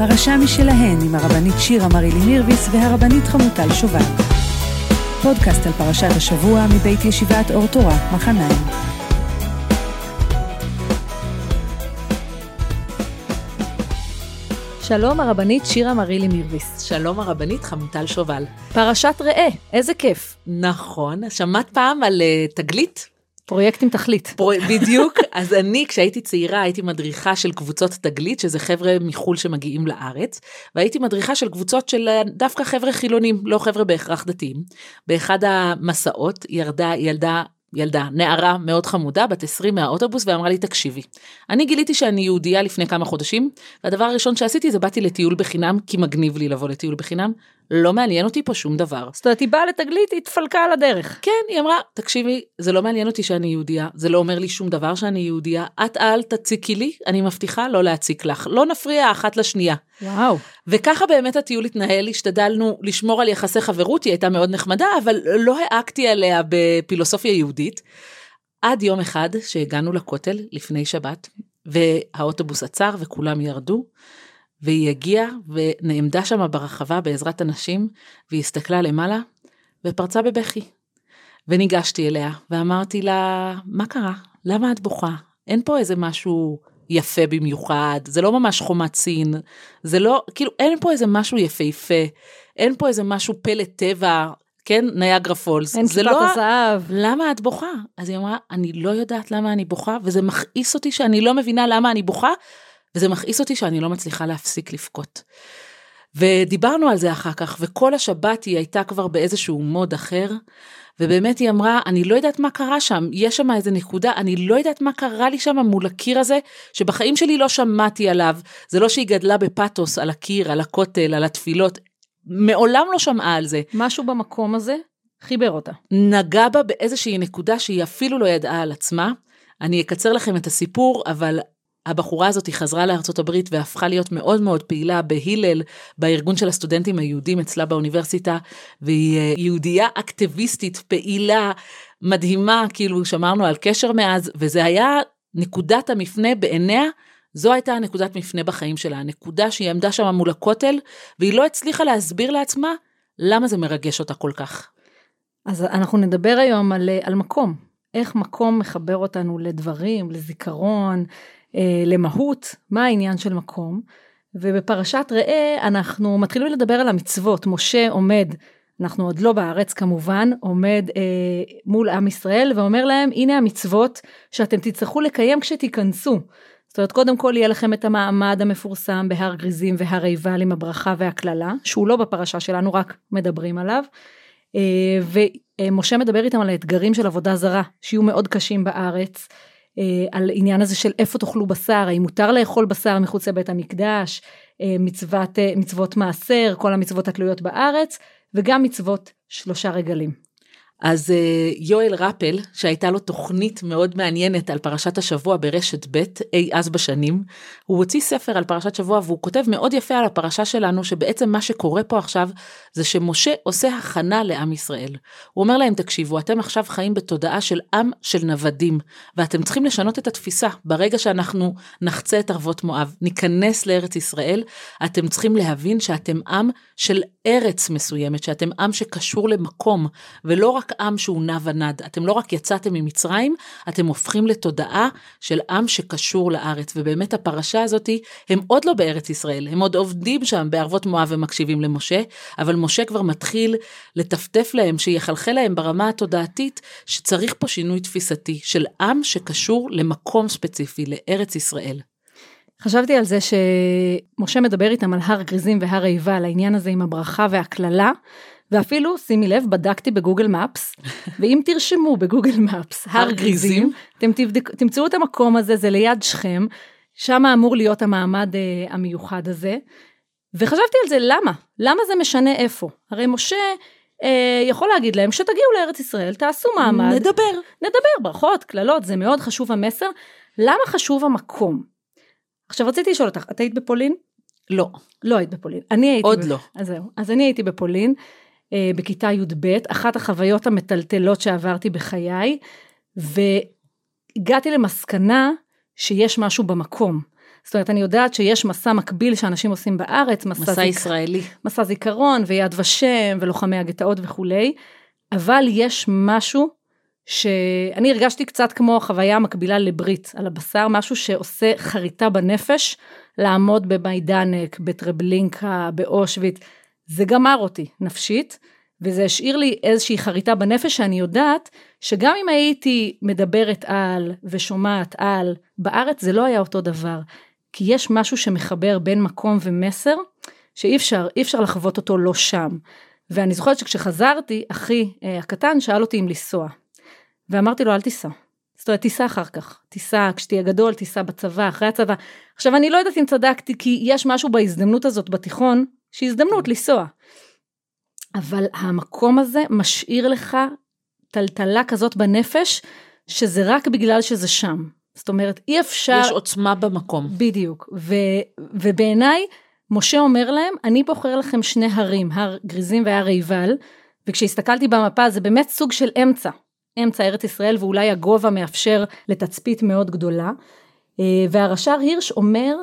פרשה משלהן עם הרבנית שירה מרילי מירביס והרבנית חמוטל שובל. פודקאסט על פרשת השבוע מבית ישיבת אור תורה, מחניים. שלום הרבנית שירה מרילי מירביס. שלום הרבנית חמוטל שובל. פרשת ראה, איזה כיף. נכון, שמעת פעם על תגלית? פרויקט עם תכלית. בדיוק, אז אני כשהייתי צעירה הייתי מדריכה של קבוצות תגלית, שזה חבר'ה מחול שמגיעים לארץ, והייתי מדריכה של קבוצות של דווקא חבר'ה חילונים, לא חבר'ה בהכרח דתיים. באחד המסעות ירדה ילדה, נערה מאוד חמודה, בת 20 מהאוטובוס, ואמרה לי, תקשיבי, אני גיליתי שאני יהודייה לפני כמה חודשים, והדבר הראשון שעשיתי זה באתי לטיול בחינם, כי מגניב לי לבוא לטיול בחינם, לא מעניין אותי פה שום דבר. זאת אומרת, היא באה לתגלית, היא התפלקה על הדרך. כן, היא אמרה, תקשיבי, זה לא מעניין אותי שאני יהודייה, זה לא אומר לי שום דבר שאני יהודייה, את אל תציקי לי, אני מבטיחה לא להציק לך, לא נפריע אחת לשנייה. וואו. וככה באמת הטיול התנהל, השתדלנו לשמור על יחסי חברות, היא הייתה מאוד נחמדה, אבל לא העקתי עליה בפילוסופיה יהודית, עד יום אחד שהגענו לכותל לפני שבת, והאוטובוס עצר וכולם ירדו, והיא הגיעה ונעמדה שם ברחבה בעזרת אנשים, והיא הסתכלה למעלה ופרצה בבכי. וניגשתי אליה ואמרתי לה, מה קרה? למה את בוכה? אין פה איזה משהו יפה במיוחד, זה לא ממש חומת סין, זה לא, כאילו אין פה איזה משהו יפהפה, אין פה איזה משהו פלא טבע, כן, ניאגרה פולס. אין כיפת הזהב. למה את בוכה? אז היא אמרה, אני לא יודעת למה אני בוכה, וזה מכעיס אותי שאני לא מבינה למה אני בוכה, וזה מכעיס אותי שאני לא מצליחה להפסיק לבכות. ודיברנו על זה אחר כך, וכל השבת היא הייתה כבר באיזשהו מוד אחר, ובאמת היא אמרה, אני לא יודעת מה קרה שם, יש שם איזה נקודה, אני לא יודעת מה קרה לי שם מול הקיר הזה, שבחיים שלי לא שמעתי עליו, זה לא שהיא גדלה בפאטוס על הקיר, על הכותל, על התפילות, מעולם לא שמעה על זה. משהו במקום הזה חיבר אותה. נגע בה באיזושהי נקודה שהיא אפילו לא ידעה על עצמה, אני אקצר לכם את הסיפור, אבל הבחורה הזאת היא חזרה לארצות הברית והפכה להיות מאוד מאוד פעילה בהילל, בארגון של הסטודנטים היהודים אצלה באוניברסיטה, והיא יהודייה אקטיביסטית, פעילה, מדהימה, כאילו שמרנו על קשר מאז, וזה היה נקודת המפנה בעיניה, זו הייתה הנקודת מפנה בחיים שלה, הנקודה שהיא עמדה שם מול הכותל, והיא לא הצליחה להסביר לעצמה למה זה מרגש אותה כל כך. אז אנחנו נדבר היום על מקום, איך מקום מחבר אותנו לדברים, לזיכרון, למהות, מה העניין של מקום, ובפרשת ראה אנחנו מתחילים לדבר על המצוות, משה עומד, אנחנו עוד לא בארץ כמובן, עומד מול עם ישראל, ואומר להם, הנה המצוות שאתם תצטרכו לקיים כשתיכנסו, זאת אומרת, קודם כל יהיה לכם את המעמד המפורסם בהר גריזים והר עיבל עם הברכה והכללה, שהוא לא בפרשה שלנו, רק מדברים עליו, ומשה מדבר איתם על האתגרים של עבודה זרה, שיהיו מאוד קשים בארץ, על עניין הזה של איפה תאכלו בשר, האם מותר לאכול בשר מחוץ לבית המקדש, מצוות מעשר, כל המצוות התלויות בארץ, וגם מצוות 3 רגלים. אז יואל רפל, שהייתה לו תוכנית מאוד מעניינת על פרשת השבוע ברשת ב' אי אז בשנים, הוא הוציא ספר על פרשת שבוע, והוא כותב מאוד יפה על הפרשה שלנו, שבעצם מה שקורה פה עכשיו, זה שמשה עושה הכנה לעם ישראל. הוא אומר להם, תקשיבו, אתם עכשיו חיים בתודעה של עם של נוודים, ואתם צריכים לשנות את התפיסה, ברגע שאנחנו נחצה את ערבות מואב, ניכנס לארץ ישראל, אתם צריכים להבין שאתם עם של ארץ מסוימת, שאתם עם שקשור למקום, ולא רק עם שהוא נע ונד, אתם לא רק יצאתם ממצרים, אתם הופכים לתודעה של עם שקשור לארץ, ובאמת הפרשה הזאת, הם עוד לא בארץ ישראל, הם עוד עובדים שם בערבות מואב ומקשיבים למשה, אבל משה כבר מתחיל לטפטף להם, שיחלחל להם ברמה התודעתית, שצריך פה שינוי תפיסתי, של עם שקשור למקום ספציפי, לארץ ישראל. חשבתי על זה שמשה מדבר איתם על הר גריזים והר עיבל, העניין הזה עם הברכה והכללה, ואפילו, שימי לב, בדקתי בגוגל מפס, ואם תרשמו בגוגל מפס, הר גריזים, אתם תמצאו את המקום הזה, זה ליד שכם, שם אמור להיות המעמד המיוחד הזה, וחשבתי על זה, למה? למה זה משנה איפה? הרי משה יכול להגיד להם, שתגיעו לארץ ישראל, תעשו מעמד. נדבר, ברכות, כללות, זה מאוד חשוב המסר. למה חשוב המקום? עכשיו רציתי לשאול אותך, את היית בפולין? לא. לא היית בפולין. אני הייתי עוד לא. אז אני הייתי בפולין, בכיתה י"ב, אחת החוויות המטלטלות שעברתי בחיי, והגעתי למסקנה שיש משהו במקום. זאת אומרת, אני יודעת שיש מסע מקביל שאנשים עושים בארץ, מסע ישראלי. מסע זיכרון ויד ושם ולוחמי הגטאות וכולי, אבל יש משהו שאני הרגשתי קצת כמו החוויה המקבילה לברית על הבשר, משהו שעושה חריטה בנפש, לעמוד במיידנק, בטרבלינקה, באושוויץ, זה גמר אותי נפשית, וזה השאיר לי איזושהי חריטה בנפש שאני יודעת, שגם אם הייתי מדברת על ושומעת על, בארץ זה לא היה אותו דבר, כי יש משהו שמחבר בין מקום ומסר, שאי אפשר לחוות אותו לא שם. ואני זוכרת שכשחזרתי, אחי הקטן שאל אותי אם לנסוע, ואמרתי לו אל תיסע. זאת אומרת, תיסע אחר כך, תיסע כשתהיה גדול, תיסע בצבא, אחרי הצבא. עכשיו אני לא יודעת אם צדקתי, כי יש משהו בהזדמנות הזאת בתיכון, שהיא הזדמנות לנסוע. אבל המקום הזה משאיר לך טלטלה כזאת בנפש, שזה רק בגלל שזה שם. זאת אומרת, אי אפשר... יש עוצמה במקום. בדיוק. ובעיניי, משה אומר להם, אני בוחר לכם שני הרים, הר גריזים והר עיבל, וכשהסתכלתי במפה, זה באמת סוג של אמצע ארץ ישראל, ואולי הגובה מאפשר לתצפית מאוד גדולה. והרש"ר הירש אומר,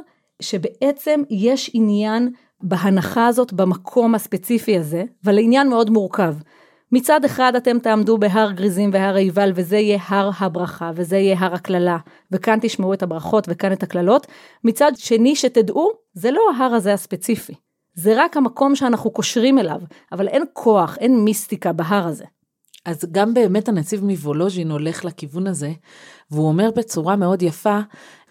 שבעצם יש עניין בהנחה הזאת, במקום הספציפי הזה, אבל עניין מאוד מורכב. מצד אחד אתם תעמדו בהר גריזים והר עיבל, וזה יהיה הר הברכה, וזה יהיה הר הכללה, וכאן תשמעו את הברכות וכאן את הכללות. מצד שני שתדעו, זה לא ההר הזה הספציפי. זה רק המקום שאנחנו קושרים אליו, אבל אין כוח, אין מיסטיקה בהר הזה. אז גם באמת הנציב מוולוז'ין הולך לכיוון הזה, והוא אומר בצורה מאוד יפה,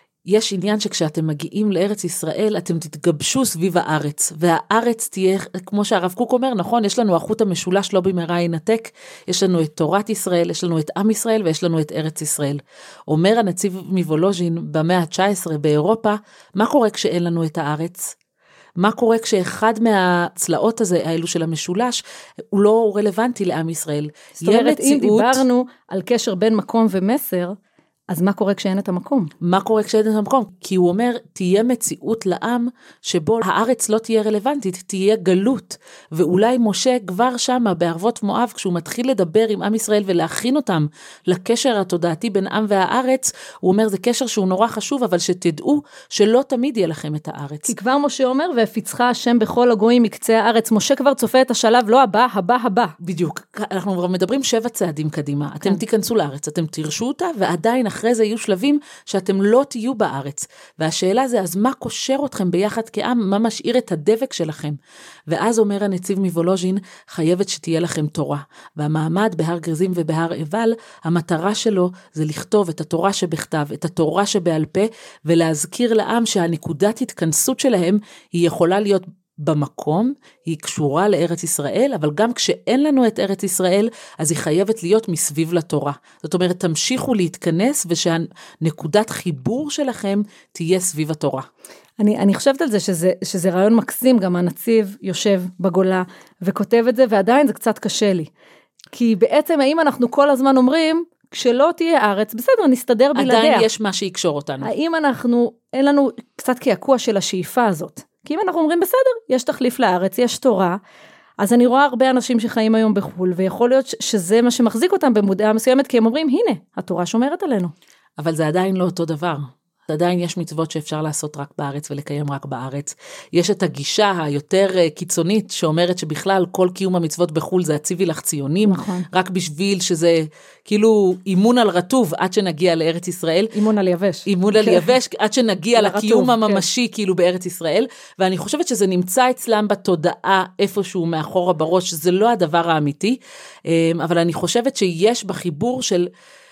יש עניין שכשאתם מגיעים לארץ ישראל, אתם תתגבשו סביב הארץ, והארץ תהיה, כמו שהרב קוק אומר, נכון, יש לנו החוט המשולש לא במהרה ינתק, יש לנו את תורת ישראל, יש לנו את עם ישראל, ויש לנו את ארץ ישראל. אומר הנציב מוולוז'ין במאה ה-19 באירופה, מה קורה כשאין לנו את הארץ? מה קורה כשאחד מהצלעות האלו של המשולש, הוא לא רלוונטי לעם ישראל? זאת אומרת, אם דיברנו על קשר בין מקום ומסר, אז מה קורה כשאין את המקום? מה קורה כשאין את המקום? כי הוא אומר, תהיה מציאות לעם שבו הארץ לא תהיה רלוונטית, תהיה גלות. ואולי משה כבר שמה בערבות מואב, כשהוא מתחיל לדבר עם עם ישראל ולהכין אותם לקשר התודעתי בין עם והארץ, הוא אומר, זה קשר שהוא נורא חשוב, אבל שתדעו שלא תמיד יהיה לכם את הארץ. כי כבר משה אומר, והפיצך השם בכל הגויים מקצה הארץ. משה כבר צופה את השלב, לא הבא. בדיוק. אנחנו מדברים 7 צעדים קדימה. אתם תיכנסו לארץ, אתם תרשו אותה, ועדיין אחרי זה יהיו שלבים שאתם לא תהיו בארץ. והשאלה זה, אז מה קושר אתכם ביחד כעם? מה משאיר את הדבק שלכם? ואז אומר הנציב מוולוז'ין, חייבת שתהיה לכם תורה. והמעמד בהר גריזים ובהר עיבל, המטרה שלו זה לכתוב את התורה שבכתב, את התורה שבעל פה, ולהזכיר לעם שהנקודת התכנסות שלהם היא יכולה להיות במקום, היא קשורה לארץ ישראל, אבל גם כשאין לנו את ארץ ישראל, אז היא חייבת להיות מסביב לתורה. זאת אומרת, תמשיכו להתכנס, ושהנקודת חיבור שלכם תהיה סביב התורה. אני חושבת על זה שזה רעיון מקסים, גם הנציב יושב בגולה וכותב את זה, ועדיין זה קצת קשה לי. כי בעצם האם אנחנו כל הזמן אומרים, כשלא תהיה ארץ, בסדר, נסתדר בלעדיה. עדיין יש מה שיקשור אותנו. האם אין לנו קצת קעקוע של השאיפה הזאת? כי אם אנחנו אומרים, בסדר, יש תחליף לארץ, יש תורה, אז אני רואה הרבה אנשים שחיים היום בחול, ויכול להיות שזה מה שמחזיק אותם במודעה מסוימת, כי הם אומרים, הנה, התורה שומרת עלינו. אבל זה עדיין לא אותו דבר. עדיין יש מצוות שאפשר לעשות רק בארץ ולקיים רק בארץ. יש את הגישה היותר קיצונית שאומרת שבכלל כל קיום המצוות בחול זה הציבי לך ציונים, נכון. רק בשביל שזה כאילו אימון על רטוב עד שנגיע לארץ ישראל. אימון על יבש. אימון על יבש עד שנגיע לקיום הממשי כאילו בארץ ישראל, ואני חושבת שזה נמצא אצלם בתודעה איפשהו מאחורה בראש, שזה לא הדבר האמיתי, אבל אני חושבת שיש בחיבור של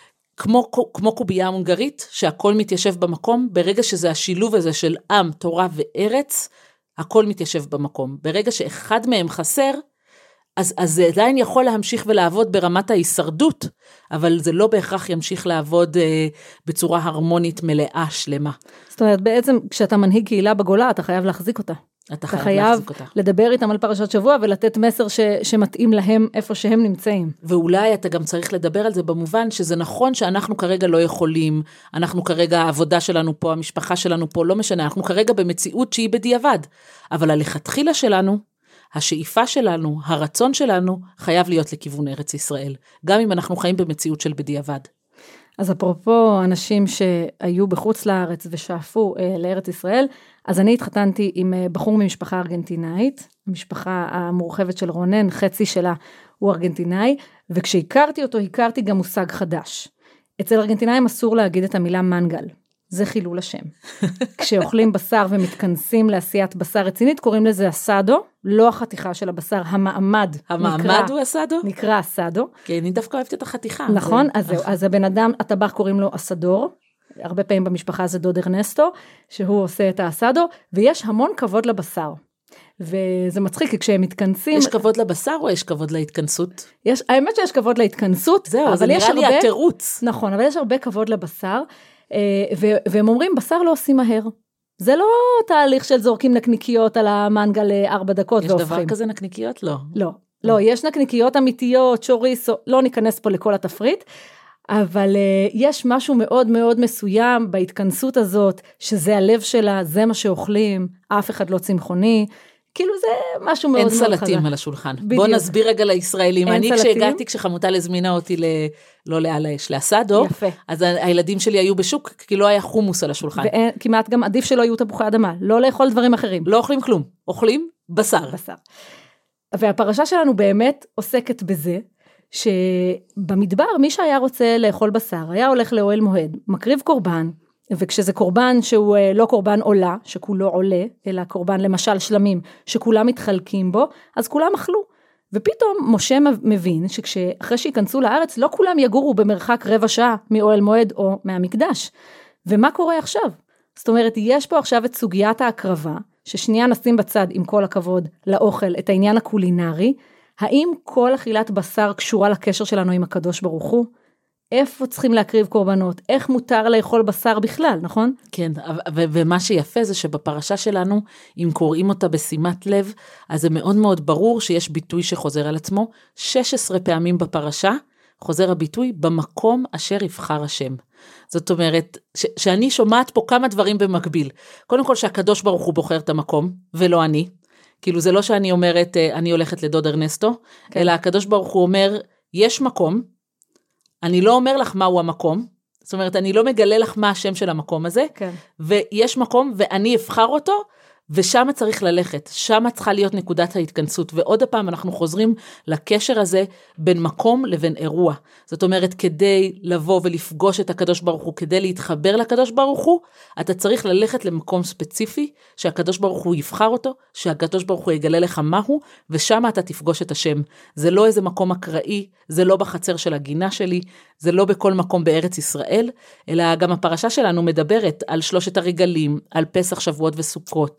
כמו קובייה הונגרית, שהכל מתיישב במקום, ברגע שזה השילוב הזה של עם, תורה וארץ, הכל מתיישב במקום. ברגע שאחד מהם חסר, אז זה עדיין יכול להמשיך ולעבוד ברמת ההישרדות, אבל זה לא בהכרח ימשיך לעבוד בצורה הרמונית מלאה, שלמה. זאת אומרת, בעצם כשאתה מנהיג קהילה בגולה, אתה חייב להחזיק אותה. אתה חייב לדבר איתם על פרשת שבוע, ולתת מסר שמתאים להם איפה שהם נמצאים. ואולי אתה גם צריך לדבר על זה במובן שזה נכון שאנחנו כרגע לא יכולים, אנחנו כרגע, העבודה שלנו פה, המשפחה שלנו פה, לא משנה, אנחנו כרגע במציאות שהיא בדיעבד, אבל הלכתחילה שלנו, השאיפה שלנו, הרצון שלנו, חייב להיות לכיוון ארץ ישראל, גם אם אנחנו חיים במציאות של בדיעבד. אז אפרופו אנשים שהיו בחוץ לארץ ושאפו לארץ ישראל, אז אני התחתנתי עם בחור ממשפחה ארגנטינאית, המשפחה המורחבת של רונן, חצי שלה הוא ארגנטינאי, וכשהכרתי אותו, הכרתי גם מושג חדש. אצל ארגנטינאים אסור להגיד את המילה מנגל, זה חילול השם. כשאוכלים בשר ומתכנסים לעשיית בשר רצינית, קוראים לזה אסדו, לא החתיכה של הבשר, המעמד. המעמד הוא אסדו? נקרא אסדו. כן, אני דווקא אוהבת את החתיכה. נכון, אז הבן אדם, הטבח קוראים לו אסדור, הרבה פעמים במשפחה זה דוד ארנסטו, שהוא עושה את האסדו, ויש המון כבוד לבשר. וזה מצחיק, כי כשהם מתכנסים... יש כבוד לבשר או יש כבוד להתכנסות? האמת שיש כבוד להתכנסות. זהו, זה נראה לי התירוץ. נכון, אבל יש הרבה כבוד לבשר, והם אומרים, בשר לא עושים מהר. זה לא תהליך של זורקים נקניקיות על המנגל 4 דקות והופכים. יש דבר כזה נקניקיות? לא. לא, יש נקניקיות אמיתיות, שוריסו, לא ניכנס פה לכל התפריט, אבל יש משהו מאוד מאוד מסוים בהתכנסות הזאת, שזה הלב שלה, זה מה שאוכלים, אף אחד לא צמחוני, כאילו זה משהו מאוד מאוד חזק. אין סלטים על השולחן. בוא נסביר רגע לישראלים. אני כשהגעתי, כשחמותה הזמינה אותי לא לעל האש, לאסדו, אז הילדים שלי היו בשוק, כי לא היה חומוס על השולחן. וכמעט גם עדיף שלא יהיו תפוחי אדמה, לא לאכול דברים אחרים. לא אוכלים כלום, אוכלים בשר. והפרשה שלנו באמת עוסקת בזה, שבמדבר מי שהיה רוצה לאכול בשר, היה הולך לאוהל מועד, מקריב קורבן, וכשזה קורבן שהוא לא קורבן עולה, שכולו עולה, אלא קורבן למשל שלמים, שכולם מתחלקים בו, אז כולם אכלו. ופתאום משה מבין שכשאחרי שיכנסו לארץ, לא כולם יגורו במרחק 15 שעה מאוהל מועד או מהמקדש. ומה קורה עכשיו? זאת אומרת, יש פה עכשיו את סוגיית ההקרבה, ששנייה נשים בצד עם כל הכבוד לאוכל, את העניין הקולינרי, האם כל אכילת בשר קשורה לקשר שלנו עם הקדוש ברוך הוא? איפה צריכים להקריב קורבנות? איך מותר לאכול בשר בכלל, נכון? כן, ומה שיפה זה שבפרשה שלנו, אם קוראים אותה בשימת לב, אז זה מאוד מאוד ברור שיש ביטוי שחוזר על עצמו, 16 פעמים בפרשה, חוזר הביטוי במקום אשר יבחר השם. זאת אומרת, שאני שומעת פה כמה דברים במקביל. קודם כל שהקדוש ברוך הוא בוחר את המקום, ולא אני. כאילו זה לא שאני אומרת, אני הולכת לדוד ארנסטו, כן. אלא הקדוש ברוך הוא אומר, יש מקום, אני לא אומר לך מהו המקום, זאת אומרת, אני לא מגלה לך מה השם של המקום הזה, כן. ויש מקום ואני אבחר אותו, ושם צריך ללכת, שם צריכה להיות נקודת ההתכנסות, ועוד הפעם אנחנו חוזרים לקשר הזה בין מקום לבין אירוע. זאת אומרת, כדי לבוא ולפגוש את הקדוש ברוך הוא, כדי להתחבר לקדוש ברוך הוא, אתה צריך ללכת למקום ספציפי, שהקדוש ברוך הוא יבחר אותו, שהקדוש ברוך הוא יגלה לך מהו, ושם אתה תפגוש את השם. זה לא איזה מקום אקראי, זה לא בחצר של הגינה שלי, זה לא בכל מקום בארץ ישראל, אלא גם הפרשה שלנו מדברת על 3 הרגלים, על פסח, שבועות וסוכות,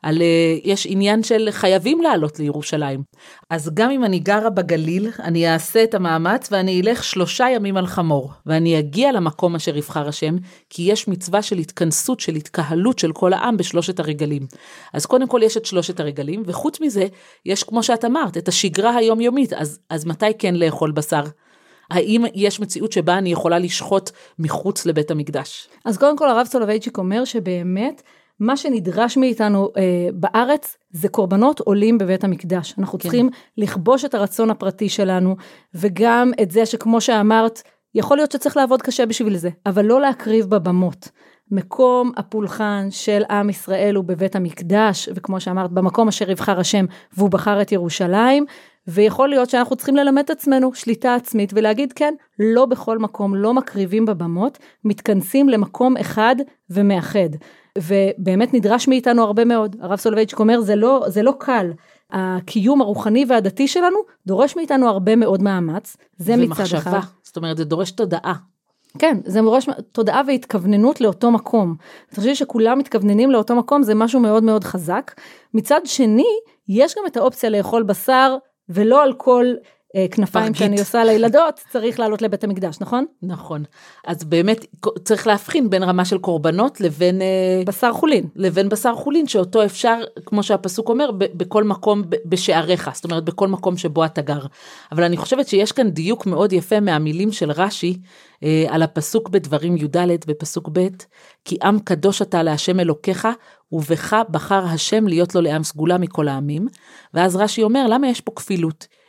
יש עניין של חייבים לעלות לירושלים. אז גם אם אני גרה בגליל, אני אעשה את המאמץ ואני אלך 3 ימים על חמור, ואני אגיע למקום אשר יבחר השם, כי יש מצווה של התכנסות, של התקהלות של כל העם ב3 הרגלים. אז קודם כל יש את 3 הרגלים, וחוץ מזה, יש כמו שאת אמרת, את השגרה היומיומית, אז מתי כן לאכול בשר? האם יש מציאות שבה אני יכולה לשחוט מחוץ לבית המקדש? אז קודם כל הרב סולובייצ'יק אומר שבאמת, מה שנדרש מאיתנו בארץ, זה קורבנות עולים בבית המקדש. אנחנו צריכים לכבוש את הרצון הפרטי שלנו, וגם את זה שכמו שאמרת, יכול להיות שצריך לעבוד קשה בשביל זה, אבל לא להקריב בבמות. מקום הפולחן של עם ישראל הוא בבית המקדש, וכמו שאמרת, במקום אשר יבחר השם, והוא בחר את ירושלים, ויכול להיות שאנחנו צריכים ללמד את עצמנו שליטה עצמית, ולהגיד כן, לא בכל מקום, לא מקריבים בבמות, מתכנסים למקום אחד ומאחד. ובאמת נדרש מאיתנו הרבה מאוד. הרב סולובייצ'יק אומר, זה לא קל. הקיום הרוחני והדתי שלנו דורש מאיתנו הרבה מאוד מאמץ. זה מצד אחד. ומחשבה, זאת אומרת, זה דורש תודעה. כן, זה דורש תודעה והתכווננות לאותו מקום. אני חושבת שכולם מתכווננים לאותו מקום, זה משהו מאוד מאוד חזק. מצד שני, יש גם את האופציה לאכול בשר, ולא על כל כנפיים שאני עושה לילדות, צריך לעלות לבית המקדש, נכון? נכון. אז באמת צריך להבחין בין רמה של קורבנות לבין בשר חולין. לבין בשר חולין, שאותו אפשר, כמו שהפסוק אומר, בכל מקום בשעריך, זאת אומרת, בכל מקום שבו אתה גר. אבל אני חושבת שיש כאן דיוק מאוד יפה מהמילים של רש"י, על הפסוק בדברים י"ד בפסוק ב', כי עם קדוש אתה להשם אלוקיך, ובך בחר השם להיות לו לעם סגולה מכל העמים. ואז רש"י אומר, למה יש פה כפילות?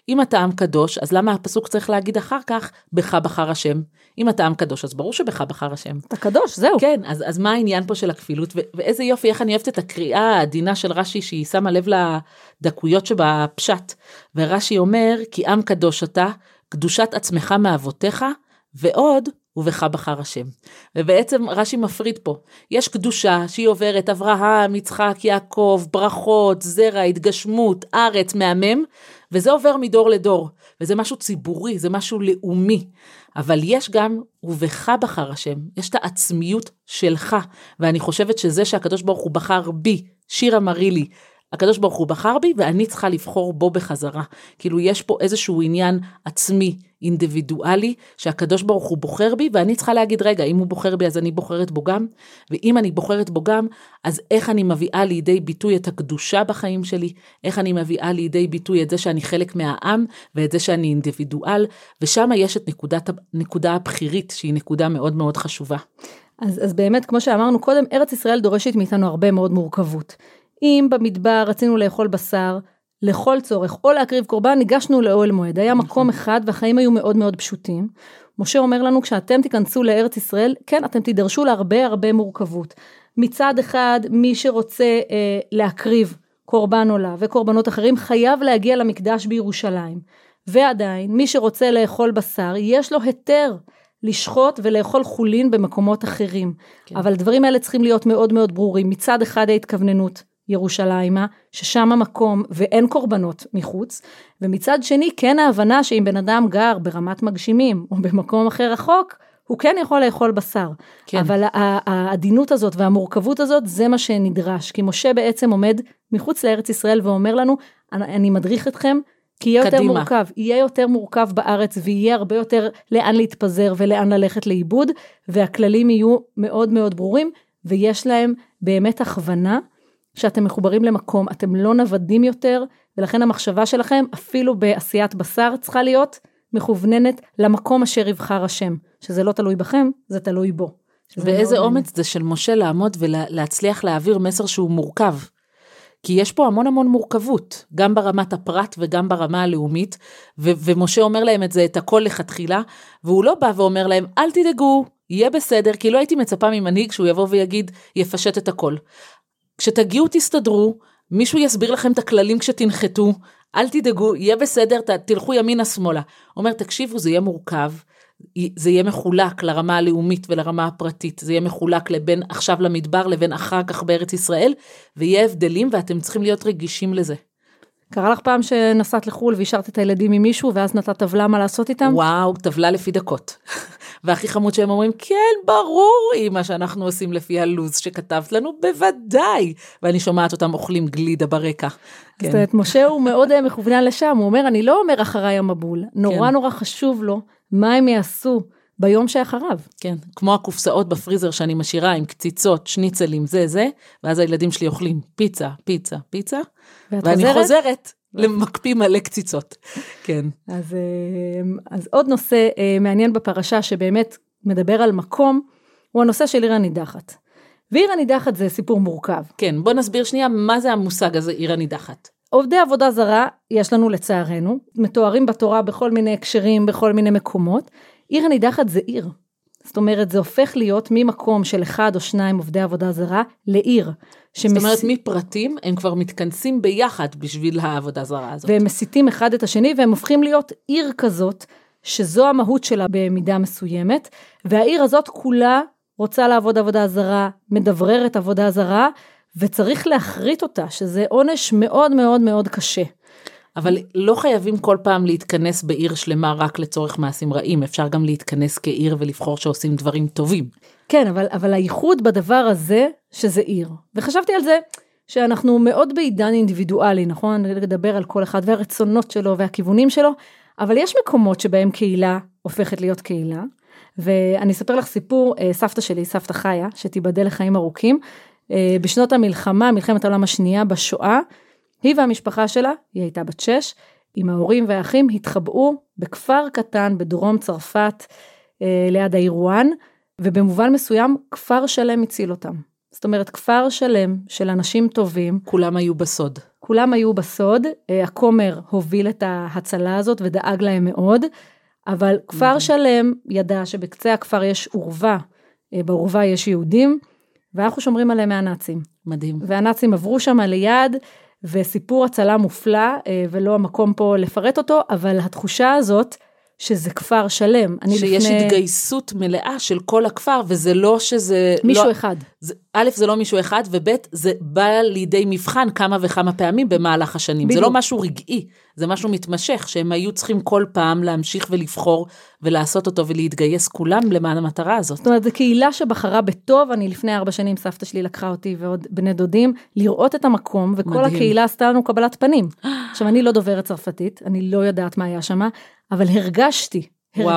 אם אתה עם קדוש, אז למה הפסוק צריך להגיד אחר כך, בך בחר השם? אם אתה עם קדוש, אז ברור שבך בחר השם. אתה קדוש, זהו. כן, אז מה העניין פה של הכפילות? ואיזה יופי, איך אני אוהבת את הקריאה העדינה של רש"י, שהיא שמה לב לדקויות שבפשט. ורש"י אומר, כי עם קדוש אתה, קדושת עצמך מאבותיך, ועוד, ובך בחר השם. ובעצם רש"י מפריד פה. יש קדושה שהיא עוברת אברהם, יצחק, יעקב, ברכות, זרע, התגשמות, ארץ, מהמם, וזה עובר מדור לדור. וזה משהו ציבורי, זה משהו לאומי. אבל יש גם, ובך בחר השם, יש את העצמיות שלך. ואני חושבת שזה שהקדוש ברוך הוא בחר בי, שיר אמרי לי, הקדוש ברוך הוא בחר בי, ואני צריכה לבחור בו בחזרה. כאילו יש פה איזשהו עניין עצמי, אינדיבידואלי, שהקדוש ברוך הוא בוחר בי, ואני צריכה להגיד, רגע, אם הוא בוחר בי, אז אני בוחרת בו גם, ואם אני בוחרת בו גם, אז איך אני מביאה לידי ביטוי את הקדושה בחיים שלי, איך אני מביאה לידי ביטוי את זה שאני חלק מהעם, ואת זה שאני אינדיבידואל, ושם יש את נקודה הבחירית, שהיא נקודה מאוד מאוד חשובה. אז באמת, כמו שאמרנו קודם, ארץ ישראל דורשת מאיתנו הרבה מאוד מורכבות. אם במדבר רצינו לאכול בשר, לכל צורך, או להקריב קורבן, ניגשנו לאוהל מועד. היה מקום אחד, והחיים היו מאוד מאוד פשוטים. משה אומר לנו, כשאתם תיכנסו לארץ ישראל, כן, אתם תידרשו להרבה הרבה מורכבות. מצד אחד, מי שרוצה להקריב קורבן עולה, וקורבנות אחרים, חייב להגיע למקדש בירושלים. ועדיין, מי שרוצה לאכול בשר, יש לו היתר לשחוט ולאכול חולין במקומות אחרים. כן. אבל הדברים האלה צריכים להיות מאוד מאוד ברורים. מצד אחד ההתכווננות, ירושלימה, ששם המקום ואין קורבנות מחוץ, ומצד שני כן ההבנה שאם בן אדם גר ברמת מגשימים, או במקום אחר רחוק, הוא כן יכול לאכול בשר. כן. אבל העדינות הזאת והמורכבות הזאת, זה מה שנדרש, כי משה בעצם עומד מחוץ לארץ ישראל, ואומר לנו, אני מדריך אתכם, כי יהיה יותר מורכב, יהיה יותר מורכב בארץ, ויהיה הרבה יותר לאן להתפזר, ולאן ללכת לאיבוד, והכללים יהיו מאוד מאוד ברורים, ויש להם באמת הכוונה, שאתם מחוברים למקום, אתם לא נוודים יותר, ולכן המחשבה שלכם, אפילו בעשיית בשר, צריכה להיות מכווננת למקום אשר יבחר השם, שזה לא תלוי בכם, זה תלוי בו. ואיזה אומץ זה של משה לעמוד ולהצליח להעביר מסר שהוא מורכב, כי יש פה המון המון מורכבות, גם ברמת הפרט וגם ברמה הלאומית, ומשה אומר להם את הכל לכתחילה, והוא לא בא ואומר להם, אל תדאגו, יהיה בסדר, כי לא הייתי מצפה ממנהיג שהוא יבוא ויגיד, יפשט את הכל. כשתגיעו תסתדרו, מישהו יסביר לכם את הכללים כשתנחתו, אל תדאגו, יהיה בסדר, תלכו ימינה שמאלה. אומר, תקשיבו, זה יהיה מורכב, זה יהיה מחולק לרמה הלאומית ולרמה הפרטית, זה יהיה מחולק לבין עכשיו למדבר, לבין אחר כך בארץ ישראל, ויהיה הבדלים ואתם צריכים להיות רגישים לזה. קרה לך פעם שנסעת לחול והשארת את הילדים עם מישהו, ואז נתת טבלה מה לעשות איתם? וואו, טבלה לפי דקות. והכי חמוד שהם אומרים, כן, ברור, מה שאנחנו עושים לפי הלוז שכתבת לנו, בוודאי. ואני שומעת אותם אוכלים גלידה ברקע. זאת אומרת, משה הוא מאוד מכוונן לשם, הוא אומר, אני לא אומר אחריי המבול, נורא נורא חשוב לו, מה הם יעשו ביום שאחריו. כן, כמו הקופסאות בפריזר שאני משאירה, עם קציצות, שניצלים, זה, ואז הילדים שלי אוכלים פיצה, פיצה, פיצה, ואני חוזרת למקפיא מלא קציצות. כן. אז עוד נושא מעניין בפרשה שבאמת מדבר על מקום, הוא הנושא של עיר הנידחת. ועיר הנידחת זה סיפור מורכב. כן, בוא נסביר שנייה מה זה המושג הזה, עיר הנידחת. עובדי עבודה זרה יש לנו לצערנו, מתוארים בתורה בכל מיני הקשרים, בכל מיני מקומות. עיר הנידחת זה עיר. זאת אומרת, זה הופך להיות ממקום של 1 או 2 עובדי עבודה זרה לעיר. זאת אומרת, מפרטים הם כבר מתכנסים ביחד בשביל העבודה זרה הזאת. והם מסיתים אחד את השני, והם הופכים להיות עיר כזאת, שזו המהות שלה במידה מסוימת, והעיר הזאת כולה רוצה לעבוד עבודה זרה, מדבררת עבודה זרה, וצריך להחריט אותה, שזה עונש מאוד מאוד מאוד קשה. אבל לא חייבים כל פעם להתכנס בעיר שלמה רק לצורך מעשים רעים, אפשר גם להתכנס כעיר ולבחור שעושים דברים טובים. כן, אבל הייחוד בדבר הזה, שזה עיר. וחשבתי על זה, שאנחנו מאוד בעידן אינדיבידואלי, נכון? לדבר על כל אחד והרצונות שלו והכיוונים שלו, אבל יש מקומות שבהם קהילה הופכת להיות קהילה, ואני אספר לך סיפור, סבתא שלי, סבתא חיה, שתיבדל לחיים ארוכים, בשנות המלחמה, מלחמת העולם השנייה, בשואה, היא והמשפחה שלה, היא הייתה בת 6, עם ההורים והאחים, התחבאו בכפר קטן בדרום צרפת, ליד האירואן, ובמובן מסוים, כפר שלם הציל אותם. זאת אומרת, כפר שלם של אנשים טובים. כולם היו בסוד. כולם היו בסוד, הכומר הוביל את ההצלה הזאת ודאג להם מאוד, אבל כפר שלם ידע שבקצה הכפר יש עורבה, בעורבה יש יהודים, ואנחנו שומרים עליהם מהנאצים. מדהים. והנאצים עברו שם ליד, וסיפור הצלה מופלא, ולא המקום פה לפרט אותו, אבל התחושה הזאת, שזה כפר שלם. שיש התגייסות מלאה של כל הכפר, וזה לא שזה... מישהו אחד. א', זה לא מישהו אחד, וב', זה בא לידי מבחן כמה וכמה פעמים במהלך השנים. בדיוק. זה לא משהו רגעי, זה משהו מתמשך, שהם היו צריכים כל פעם להמשיך ולבחור, ולעשות אותו ולהתגייס כולם למען המטרה הזאת. זאת אומרת, זו קהילה שבחרה בטוב, אני לפני 4 שנים, סבתא שלי לקחה אותי ועוד בני דודים, לראות את המקום, וכל מדהים. הקהילה עשתה לנו קבלת פנים. עכשיו, אני לא דוברת צרפתית, אני לא יודעת מה היה שם, אבל הרגשתי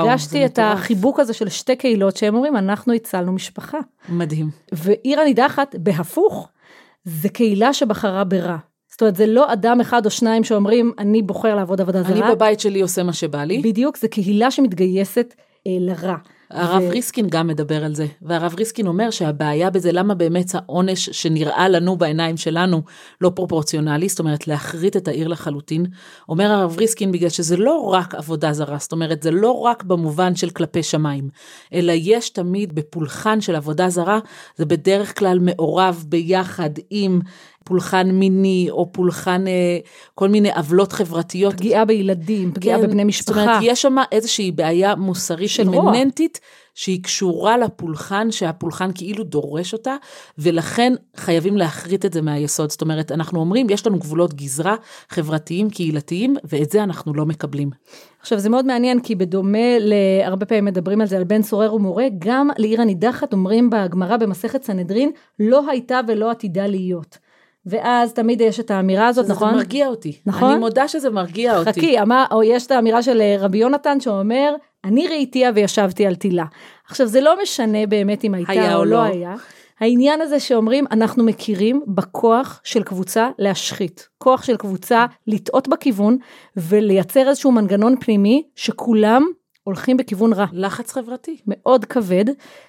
את החיבוק הזה של 2 קהילות, שהם אומרים, אנחנו הצלנו משפחה. מדהים. ועיר הנידחת, בהפוך, זה קהילה שבחרה ברע. זאת אומרת, זה לא אדם 1 או 2 שאומרים, אני בוחר לעבוד עבודה זרה. אני בבית שלי עושה מה שבא לי. בדיוק, זה קהילה שמתגייסת לרע. הרב ריסקין גם מדבר על זה, והרב ריסקין אומר שהבעיה בזה, למה באמת העונש שנראה לנו בעיניים שלנו לא פרופורציונלי, זאת אומרת להחריט את העיר לחלוטין, אומר הרב ריסקין בגלל שזה לא רק עבודה זרה, זאת אומרת זה לא רק במובן של כלפי שמיים, אלא יש תמיד בפולחן של עבודה זרה, זה בדרך כלל מעורב ביחד עם פולחן מיני, או פולחן כל מיני עוולות חברתיות. פגיעה בילדים, פגיעה בבני משפחה. זאת אומרת, יש שם איזושהי בעיה מוסרית אימננטית, שהיא קשורה לפולחן, שהפולחן כאילו דורש אותה, ולכן חייבים להחריט את זה מהיסוד. זאת אומרת, אנחנו אומרים, יש לנו גבולות גזרה, חברתיים, קהילתיים, ואת זה אנחנו לא מקבלים. עכשיו, זה מאוד מעניין, כי בדומה להרבה פעמים מדברים על זה, על בן סורר ומורה, גם לעיר הנידחת, אומרים בגמרא במסכת סנהדרין, לא הייתה ולא עתידה להיות. ואז תמיד יש את האמירה הזאת, נכון? זה מרגיע אותי. נכון? אני מודה שזה מרגיע אותי. חכי, או יש את האמירה של רבי יונתן שאומר, אני ראיתיה וישבתי על תילה. עכשיו, זה לא משנה באמת אם הייתה או לא היה. העניין הזה שאומרים, אנחנו מכירים בכוח של קבוצה להשחית. כוח של קבוצה לטעות בכיוון, ולייצר איזשהו מנגנון פנימי, שכולם הולכים בכיוון רע. לחץ חברתי. מאוד כבד,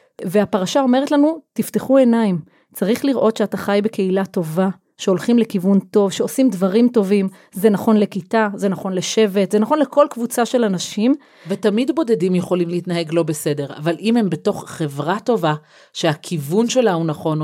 והפרשה אומרת לנו, תפתחו עיניים. צריך לראות שאתה חי בקהילה טובה, שהולכים לכיוון טוב, שעושים דברים טובים, זה נכון לכיתה, זה נכון לשבט, זה נכון לכל קבוצה של אנשים. ותמיד בודדים יכולים להתנהג לא בסדר, אבל אם הם בתוך חברה טובה, שהכיוון שלה הוא נכון, או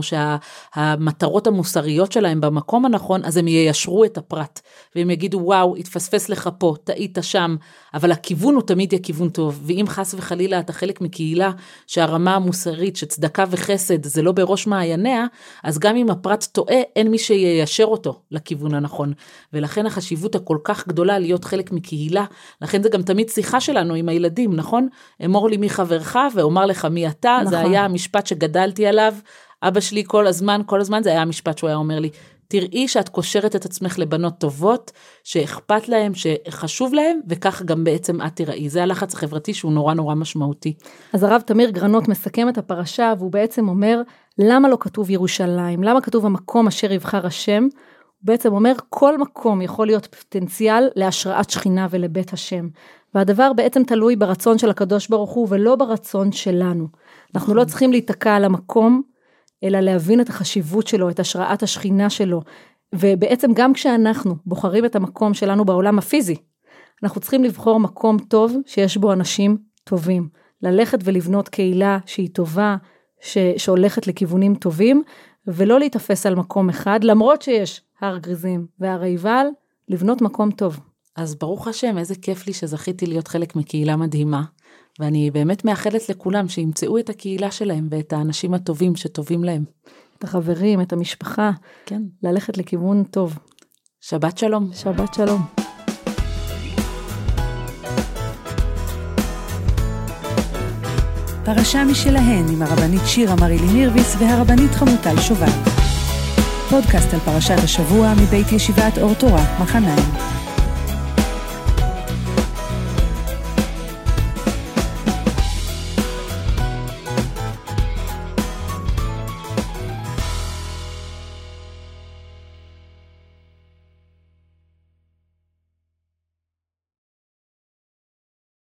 שהמטרות המוסריות שלהם במקום הנכון, אז הם יישרו את הפרט, והם יגידו, וואו, התפספס לך פה, טעית שם, אבל הכיוון הוא תמיד יהיה כיוון טוב, ואם חס וחלילה אתה חלק מקהילה, שהרמה המוסרית, שצדקה וחסד, זה לא בראש מעייניה, אז גם אם הפרט טועה, אין מי יישר אותו לכיוון הנכון, ולכן החשיבות הכל כך גדולה להיות חלק מקהילה, לכן זה גם תמיד שיחה שלנו עם הילדים, נכון? אמור לי מי חברך ואומר לך מי אתה, נכון. זה היה המשפט שגדלתי עליו, אבא שלי כל הזמן זה היה המשפט שהוא היה אומר לי, תראי שאת קושרת את עצמך לבנות טובות, שאכפת להם, שחשוב להם, וכך גם בעצם את תראי. זה הלחץ החברתי שהוא נורא נורא משמעותי. אז הרב תמיר גרנות מסכם את הפרשה, והוא בעצם אומר, למה לא כתוב ירושלים? למה כתוב המקום אשר יבחר השם? הוא בעצם אומר, כל מקום יכול להיות פוטנציאל להשראת שכינה ולבית השם. והדבר בעצם תלוי ברצון של הקדוש ברוך הוא, ולא ברצון שלנו. אנחנו לא צריכים להתקע על המקום, אלא להבין את החשיבות שלו, את השראת השכינה שלו, ובעצם גם כשאנחנו בוחרים את המקום שלנו בעולם הפיזי, אנחנו צריכים לבחור מקום טוב, שיש בו אנשים טובים, ללכת ולבנות קהילה שהיא טובה, שהולכת לכיוונים טובים, ולא להתאפס על מקום אחד, למרות שיש הר גריזים והר עיבל, לבנות מקום טוב. אז ברוך השם, איזה כיף לי שזכיתי להיות חלק מקהילה מדהימה, ואני באמת מאחלת לכולם שימצאו את הקהילה שלהם ואת האנשים הטובים שטובים להם. את החברים, את המשפחה, כן. ללכת לכיוון טוב. שבת שלום. שבת שלום. פרשה משלהן עם הרבנית שירה מרילי מירביס והרבנית חמוטל שובל. פודקאסט על פרשת השבוע מבית ישיבת אור תורה מחניים.